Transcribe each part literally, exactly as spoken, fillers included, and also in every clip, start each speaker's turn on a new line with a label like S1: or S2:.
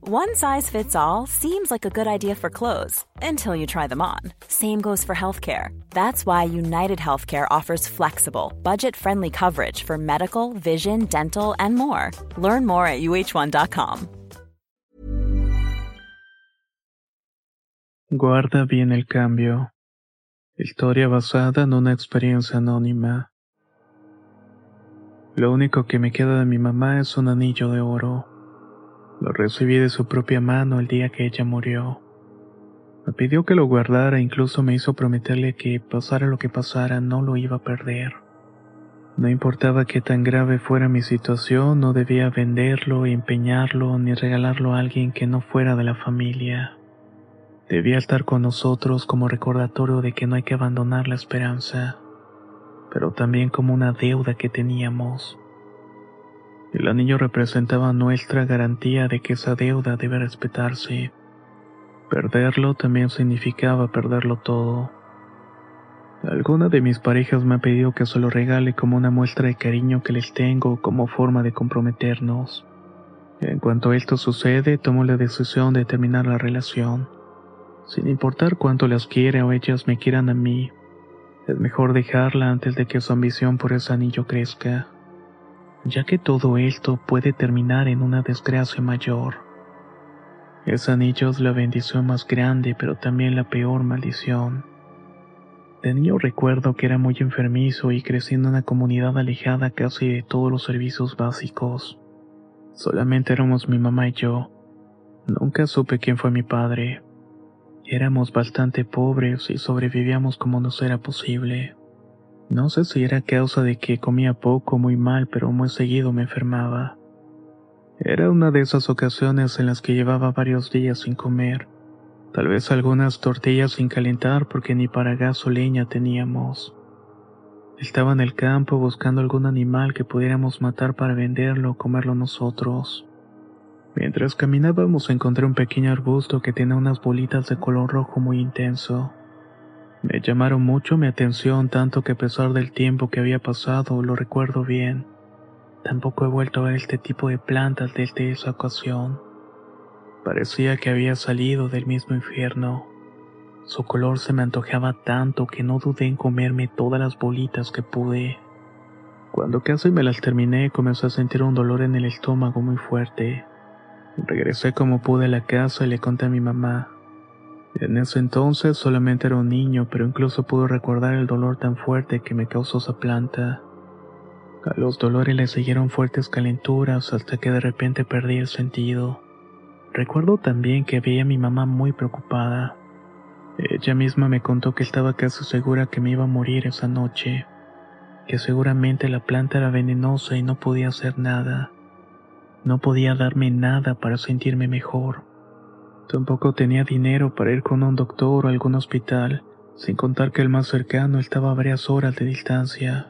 S1: One size fits all seems like a good idea for clothes until you try them on. Same goes for healthcare. That's why United Healthcare offers flexible, budget-friendly coverage for medical, vision, dental, and more. Learn more at U H one dot com.
S2: Guarda bien el cambio. Historia basada en una experiencia anónima. Lo único que me queda de mi mamá es un anillo de oro. Lo recibí de su propia mano el día que ella murió. Me pidió que lo guardara e incluso me hizo prometerle que, pasara lo que pasara, no lo iba a perder. No importaba qué tan grave fuera mi situación, no debía venderlo, empeñarlo, ni regalarlo a alguien que no fuera de la familia. Debía estar con nosotros como recordatorio de que no hay que abandonar la esperanza, pero también como una deuda que teníamos. El anillo representaba nuestra garantía de que esa deuda debe respetarse. Perderlo también significaba perderlo todo. Alguna de mis parejas me ha pedido que se lo regale como una muestra de cariño que les tengo, como forma de comprometernos. En cuanto esto sucede, tomo la decisión de terminar la relación. Sin importar cuánto las quiera o ellas me quieran a mí, es mejor dejarla antes de que su ambición por ese anillo crezca, ya que todo esto puede terminar en una desgracia mayor. Ese anillo es la bendición más grande, pero también la peor maldición. De niño recuerdo que era muy enfermizo y crecí en una comunidad alejada casi de todos los servicios básicos. Solamente éramos mi mamá y yo. Nunca supe quién fue mi padre. Éramos bastante pobres y sobrevivíamos como nos era posible. No sé si era causa de que comía poco o muy mal, pero muy seguido me enfermaba. Era una de esas ocasiones en las que llevaba varios días sin comer. Tal vez algunas tortillas sin calentar porque ni para gas o leña teníamos. Estaba en el campo buscando algún animal que pudiéramos matar para venderlo o comerlo nosotros. Mientras caminábamos encontré un pequeño arbusto que tenía unas bolitas de color rojo muy intenso. Me llamaron mucho mi atención, tanto que a pesar del tiempo que había pasado, lo recuerdo bien. Tampoco he vuelto a ver este tipo de plantas desde esa ocasión. Parecía que había salido del mismo infierno. Su color se me antojaba tanto que no dudé en comerme todas las bolitas que pude. Cuando casi me las terminé, comencé a sentir un dolor en el estómago muy fuerte. Regresé como pude a la casa y le conté a mi mamá. En ese entonces solamente era un niño, pero incluso pude recordar el dolor tan fuerte que me causó esa planta. A los dolores le siguieron fuertes calenturas hasta que de repente perdí el sentido. Recuerdo también que veía a mi mamá muy preocupada. Ella misma me contó que estaba casi segura que me iba a morir esa noche, que seguramente la planta era venenosa y no podía hacer nada. No podía darme nada para sentirme mejor. Tampoco tenía dinero para ir con un doctor o algún hospital, sin contar que el más cercano estaba a varias horas de distancia.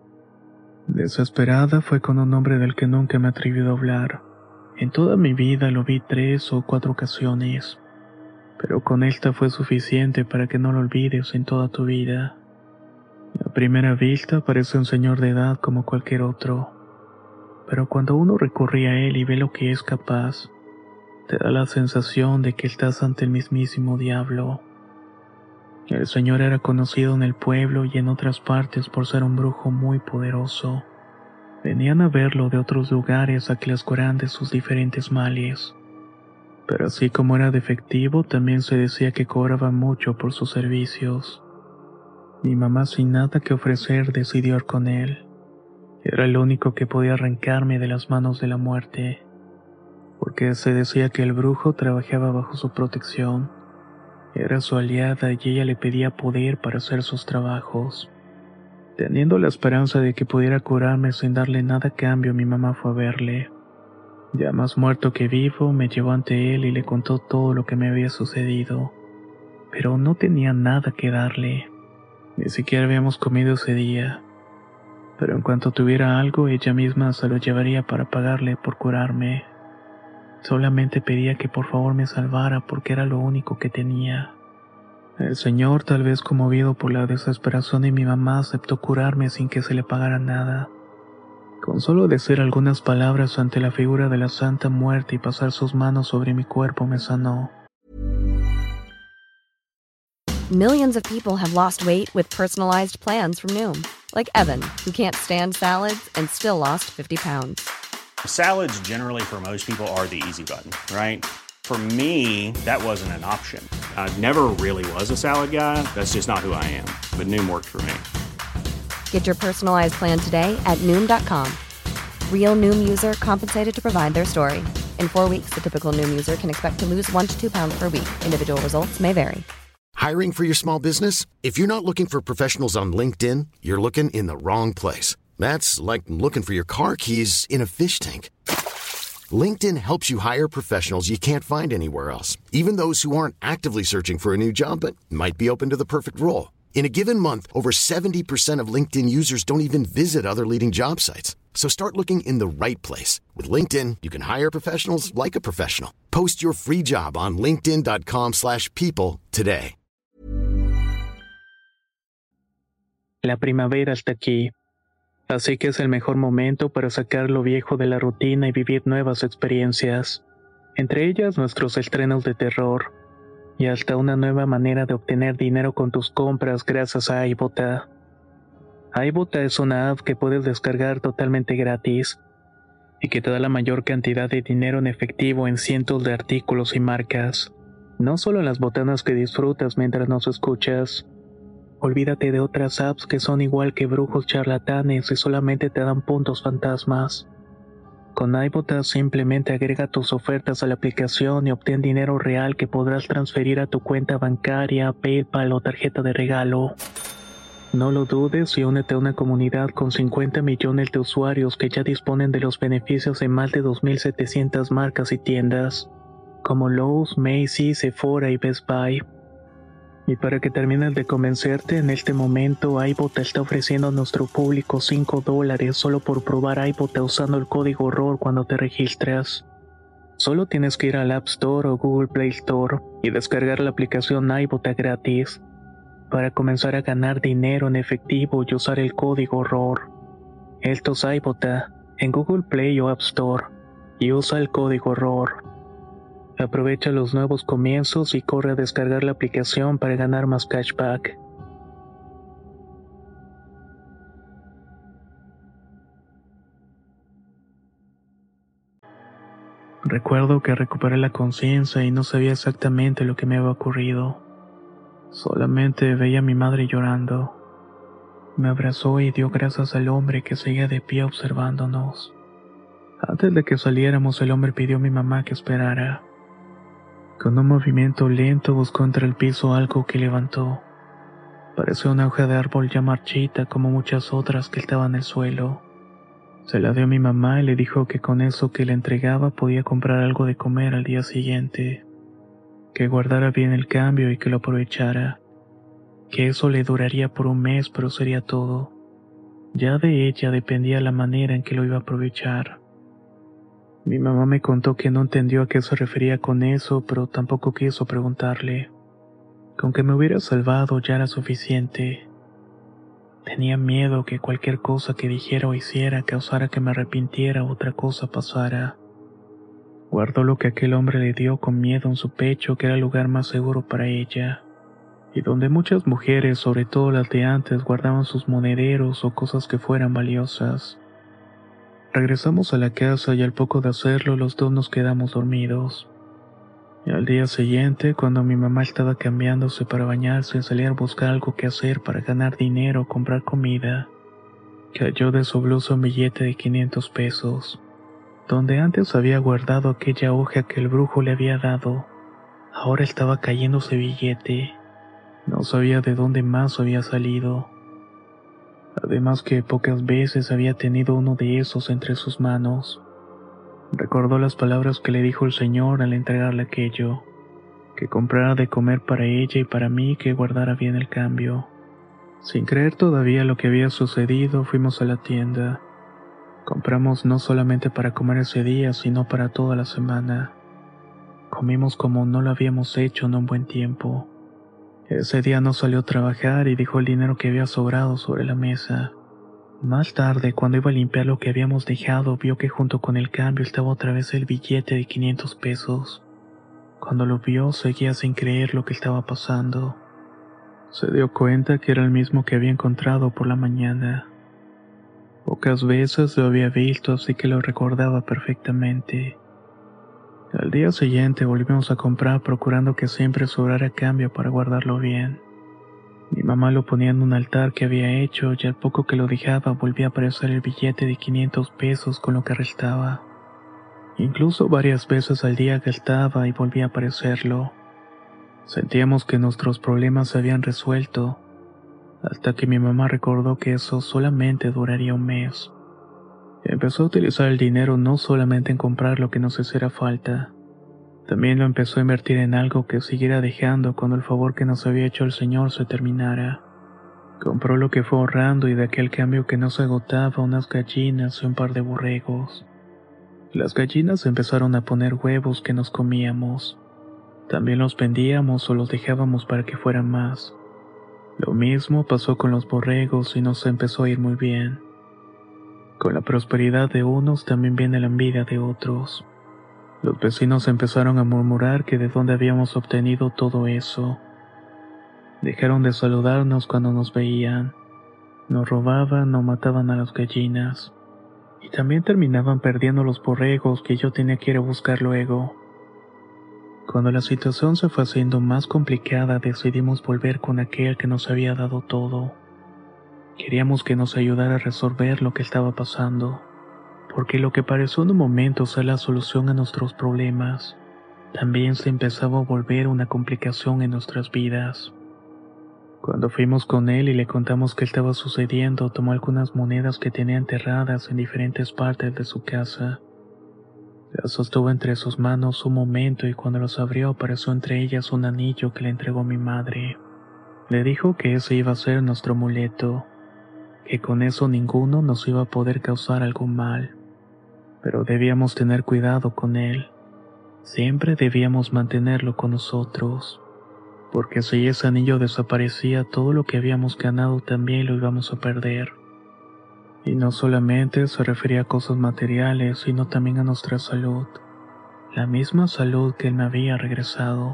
S2: Desesperada fue con un hombre del que nunca me he atrevido a hablar. En toda mi vida lo vi tres o cuatro ocasiones, pero con esta fue suficiente para que no lo olvides en toda tu vida. A primera vista parece un señor de edad como cualquier otro, pero cuando uno recurre a él y ve lo que es capaz, te da la sensación de que estás ante el mismísimo diablo. El señor era conocido en el pueblo y en otras partes por ser un brujo muy poderoso. Venían a verlo de otros lugares a que les curaran de sus diferentes males. Pero así como era defectivo, también se decía que cobraba mucho por sus servicios. Mi mamá, sin nada que ofrecer, decidió ir con él. Era el único que podía arrancarme de las manos de la muerte, porque se decía que el brujo trabajaba bajo su protección. Era su aliada y ella le pedía poder para hacer sus trabajos. Teniendo la esperanza de que pudiera curarme sin darle nada a cambio, mi mamá fue a verle. Ya más muerto que vivo, me llevó ante él y le contó todo lo que me había sucedido. Pero no tenía nada que darle. Ni siquiera habíamos comido ese día. Pero en cuanto tuviera algo, ella misma se lo llevaría para pagarle por curarme. Solamente pedía que por favor me salvara porque era lo único que tenía. El señor, tal vez conmovido por la desesperación de mi mamá, aceptó curarme sin que se le pagara nada. Con solo decir algunas palabras ante la figura de la Santa Muerte y pasar sus manos sobre mi cuerpo me sanó.
S3: Millions of people have lost weight with personalized plans from Noom. Like Evan, who can't stand salads and still lost fifty pounds.
S4: Salads generally for most people are the easy button, right? For me, that wasn't an option. I never really was a salad guy. That's just not who I am. But Noom worked for me.
S3: Get your personalized plan today at Noom dot com. Real Noom user compensated to provide their story. In four weeks, the typical Noom user can expect to lose one to two pounds per week. Individual results may vary.
S5: Hiring for your small business? If you're not looking for professionals on LinkedIn, you're looking in the wrong place. That's like looking for your car keys in a fish tank. LinkedIn helps you hire professionals you can't find anywhere else, even those who aren't actively searching for a new job but might be open to the perfect role. In a given month, over seventy percent of LinkedIn users don't even visit other leading job sites. So start looking in the right place. With LinkedIn, you can hire professionals like a professional. Post your free job on linkedin dot com slash people today.
S2: La primavera está aquí, así que es el mejor momento para sacar lo viejo de la rutina y vivir nuevas experiencias, entre ellas nuestros estrenos de terror, y hasta una nueva manera de obtener dinero con tus compras gracias a iBota. iBota es una app que puedes descargar totalmente gratis, y que te da la mayor cantidad de dinero en efectivo en cientos de artículos y marcas, no solo en las botanas que disfrutas mientras nos escuchas. Olvídate de otras apps que son igual que brujos charlatanes y solamente te dan puntos fantasmas. Con iBota simplemente agrega tus ofertas a la aplicación y obtén dinero real que podrás transferir a tu cuenta bancaria, PayPal o tarjeta de regalo. No lo dudes y únete a una comunidad con cincuenta millones de usuarios que ya disponen de los beneficios de más de dos mil setecientas marcas y tiendas, como Lowe's, Macy's, Sephora y Best Buy. Y para que termines de convencerte, en este momento iBota está ofreciendo a nuestro público cinco dólares solo por probar iBota usando el código ROR cuando te registras. Solo tienes que ir al App Store o Google Play Store y descargar la aplicación iBota gratis para comenzar a ganar dinero en efectivo y usar el código ROR. Esto es iBota en Google Play o App Store y usa el código ROR. Aprovecha los nuevos comienzos y corre a descargar la aplicación para ganar más cashback. Recuerdo que recuperé la conciencia y no sabía exactamente lo que me había ocurrido. Solamente veía a mi madre llorando. Me abrazó y dio gracias al hombre que seguía de pie observándonos. Antes de que saliéramos, el hombre pidió a mi mamá que esperara. Con un movimiento lento buscó entre el piso algo que levantó. Parecía una hoja de árbol ya marchita como muchas otras que estaban en el suelo. Se la dio a mi mamá y le dijo que con eso que le entregaba podía comprar algo de comer al día siguiente. Que guardara bien el cambio y que lo aprovechara. Que eso le duraría por un mes, pero sería todo. Ya de ella dependía la manera en que lo iba a aprovechar. Mi mamá me contó que no entendió a qué se refería con eso, pero tampoco quiso preguntarle. Con que me hubiera salvado ya era suficiente. Tenía miedo que cualquier cosa que dijera o hiciera causara que me arrepintiera o otra cosa pasara. Guardó lo que aquel hombre le dio con miedo en su pecho, que era el lugar más seguro para ella, y donde muchas mujeres, sobre todo las de antes, guardaban sus monederos o cosas que fueran valiosas. Regresamos a la casa y al poco de hacerlo los dos nos quedamos dormidos. Y al día siguiente, cuando mi mamá estaba cambiándose para bañarse, salía a buscar algo que hacer para ganar dinero o comprar comida, cayó de su blusa un billete de quinientos pesos, donde antes había guardado aquella hoja que el brujo le había dado. Ahora estaba cayendo ese billete. No sabía de dónde más había salido. Además que pocas veces había tenido uno de esos entre sus manos. Recordó las palabras que le dijo el señor al entregarle aquello, que comprara de comer para ella y para mí, que guardara bien el cambio. Sin creer todavía lo que había sucedido, fuimos a la tienda. Compramos no solamente para comer ese día, sino para toda la semana. Comimos como no lo habíamos hecho en un buen tiempo. Ese día no salió a trabajar y dejó el dinero que había sobrado sobre la mesa. Más tarde, cuando iba a limpiar lo que habíamos dejado, vio que junto con el cambio estaba otra vez el billete de quinientos pesos. Cuando lo vio, seguía sin creer lo que estaba pasando. Se dio cuenta que era el mismo que había encontrado por la mañana. Pocas veces lo había visto, así que lo recordaba perfectamente. Al día siguiente volvimos a comprar, procurando que siempre sobrara cambio para guardarlo bien. Mi mamá lo ponía en un altar que había hecho y al poco que lo dejaba volvía a aparecer el billete de quinientos pesos con lo que restaba. Incluso varias veces al día gastaba y volvía a aparecerlo. Sentíamos que nuestros problemas se habían resuelto, hasta que mi mamá recordó que eso solamente duraría un mes. Empezó a utilizar el dinero no solamente en comprar lo que nos hiciera falta, también lo empezó a invertir en algo que siguiera dejando cuando el favor que nos había hecho el Señor se terminara. Compró lo que fue ahorrando y de aquel cambio que no se agotaba unas gallinas y un par de borregos. Las gallinas empezaron a poner huevos que nos comíamos. También los vendíamos o los dejábamos para que fueran más. Lo mismo pasó con los borregos y nos empezó a ir muy bien. Con la prosperidad de unos también viene la envidia de otros. Los vecinos empezaron a murmurar que de dónde habíamos obtenido todo eso. Dejaron de saludarnos cuando nos veían. Nos robaban o mataban a las gallinas. Y también terminaban perdiendo los borregos que yo tenía que ir a buscar luego. Cuando la situación se fue haciendo más complicada, decidimos volver con aquel que nos había dado todo. Queríamos que nos ayudara a resolver lo que estaba pasando, porque lo que pareció en un momento ser la solución a nuestros problemas, también se empezaba a volver una complicación en nuestras vidas. Cuando fuimos con él y le contamos qué estaba sucediendo, tomó algunas monedas que tenía enterradas en diferentes partes de su casa. Las sostuvo entre sus manos un momento y cuando los abrió apareció entre ellas un anillo que le entregó mi madre. Le dijo que ese iba a ser nuestro amuleto, que con eso ninguno nos iba a poder causar algún mal. Pero debíamos tener cuidado con él. Siempre debíamos mantenerlo con nosotros, porque si ese anillo desaparecía, todo lo que habíamos ganado también lo íbamos a perder. Y no solamente se refería a cosas materiales, sino también a nuestra salud, la misma salud que él me había regresado.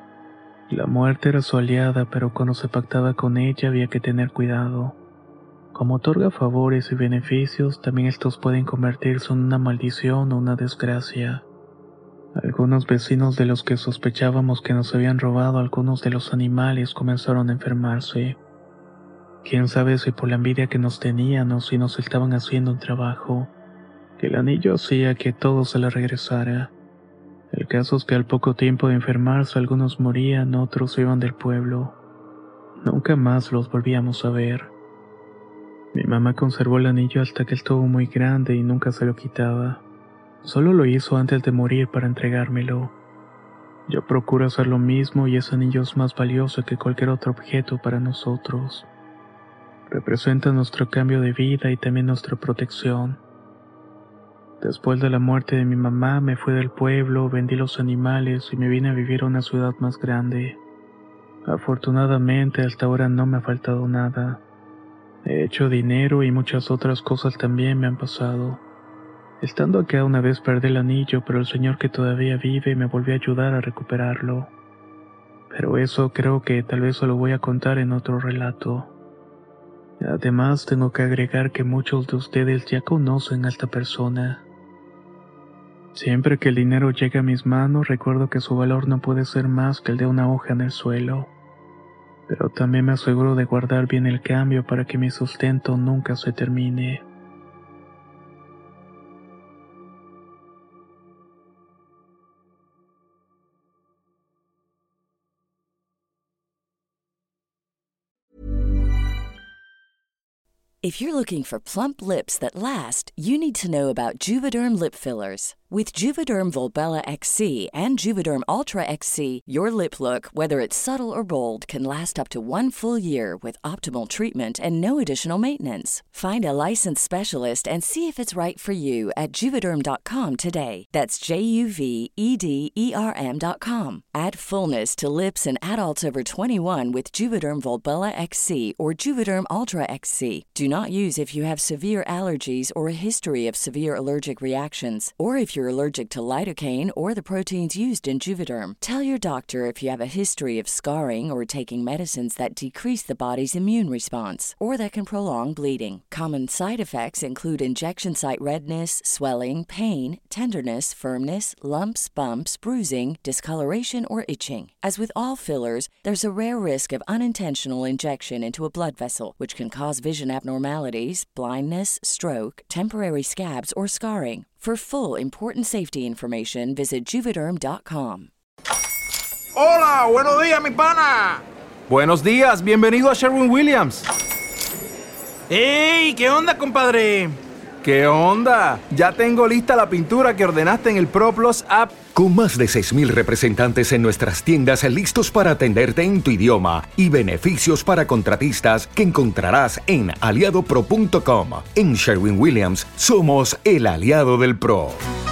S2: La muerte era su aliada, pero cuando se pactaba con ella había que tener cuidado. Como otorga favores y beneficios, también estos pueden convertirse en una maldición o una desgracia. Algunos vecinos de los que sospechábamos que nos habían robado algunos de los animales comenzaron a enfermarse. Quién sabe si por la envidia que nos tenían o si nos estaban haciendo un trabajo, que el anillo hacía que todo se les regresara. El caso es que al poco tiempo de enfermarse algunos morían, otros se iban del pueblo. Nunca más los volvíamos a ver. Mi mamá conservó el anillo hasta que estuvo muy grande y nunca se lo quitaba. Solo lo hizo antes de morir para entregármelo. Yo procuro hacer lo mismo y ese anillo es más valioso que cualquier otro objeto para nosotros. Representa nuestro cambio de vida y también nuestra protección. Después de la muerte de mi mamá me fui del pueblo, vendí los animales y me vine a vivir a una ciudad más grande. Afortunadamente hasta ahora no me ha faltado nada. He hecho dinero y muchas otras cosas también me han pasado. Estando acá una vez perdí el anillo, pero el Señor que todavía vive me volvió a ayudar a recuperarlo. Pero eso creo que tal vez se lo voy a contar en otro relato. Además tengo que agregar que muchos de ustedes ya conocen a esta persona. Siempre que el dinero llega a mis manos recuerdo que su valor no puede ser más que el de una hoja en el suelo. Pero también me aseguro de guardar bien el cambio para que mi sustento nunca se termine.
S6: If you're looking for plump lips that last, you need to know about Juvederm lip fillers. With Juvederm Volbella X C and Juvederm Ultra X C, your lip look, whether it's subtle or bold, can last up to one full year with optimal treatment and no additional maintenance. Find a licensed specialist and see if it's right for you at Juvederm dot com today. That's J U V E D E R M dot com. Add fullness to lips in adults over twenty-one with Juvederm Volbella X C or Juvederm Ultra X C. Do not use if you have severe allergies or a history of severe allergic reactions, or if you're allergic to lidocaine or the proteins used in Juvederm. Tell your doctor if you have a history of scarring or taking medicines that decrease the body's immune response or that can prolong bleeding. Common side effects include injection site redness, swelling, pain, tenderness, firmness, lumps, bumps, bruising, discoloration, or itching. As with all fillers, there's a rare risk of unintentional injection into a blood vessel, which can cause vision abnormalities, blindness, stroke, temporary scabs, or scarring. For full, important safety information, visit Juvederm dot com.
S7: Hola, buenos días, mi pana.
S8: Buenos días, bienvenido a Sherwin-Williams.
S7: ¡Ey! ¿Qué onda, compadre?
S8: ¿Qué onda? Ya tengo lista la pintura que ordenaste en el ProPlus app.
S9: Con más de seis mil representantes en nuestras tiendas listos para atenderte en tu idioma y beneficios para contratistas que encontrarás en aliado pro punto com. En Sherwin-Williams somos el aliado del pro.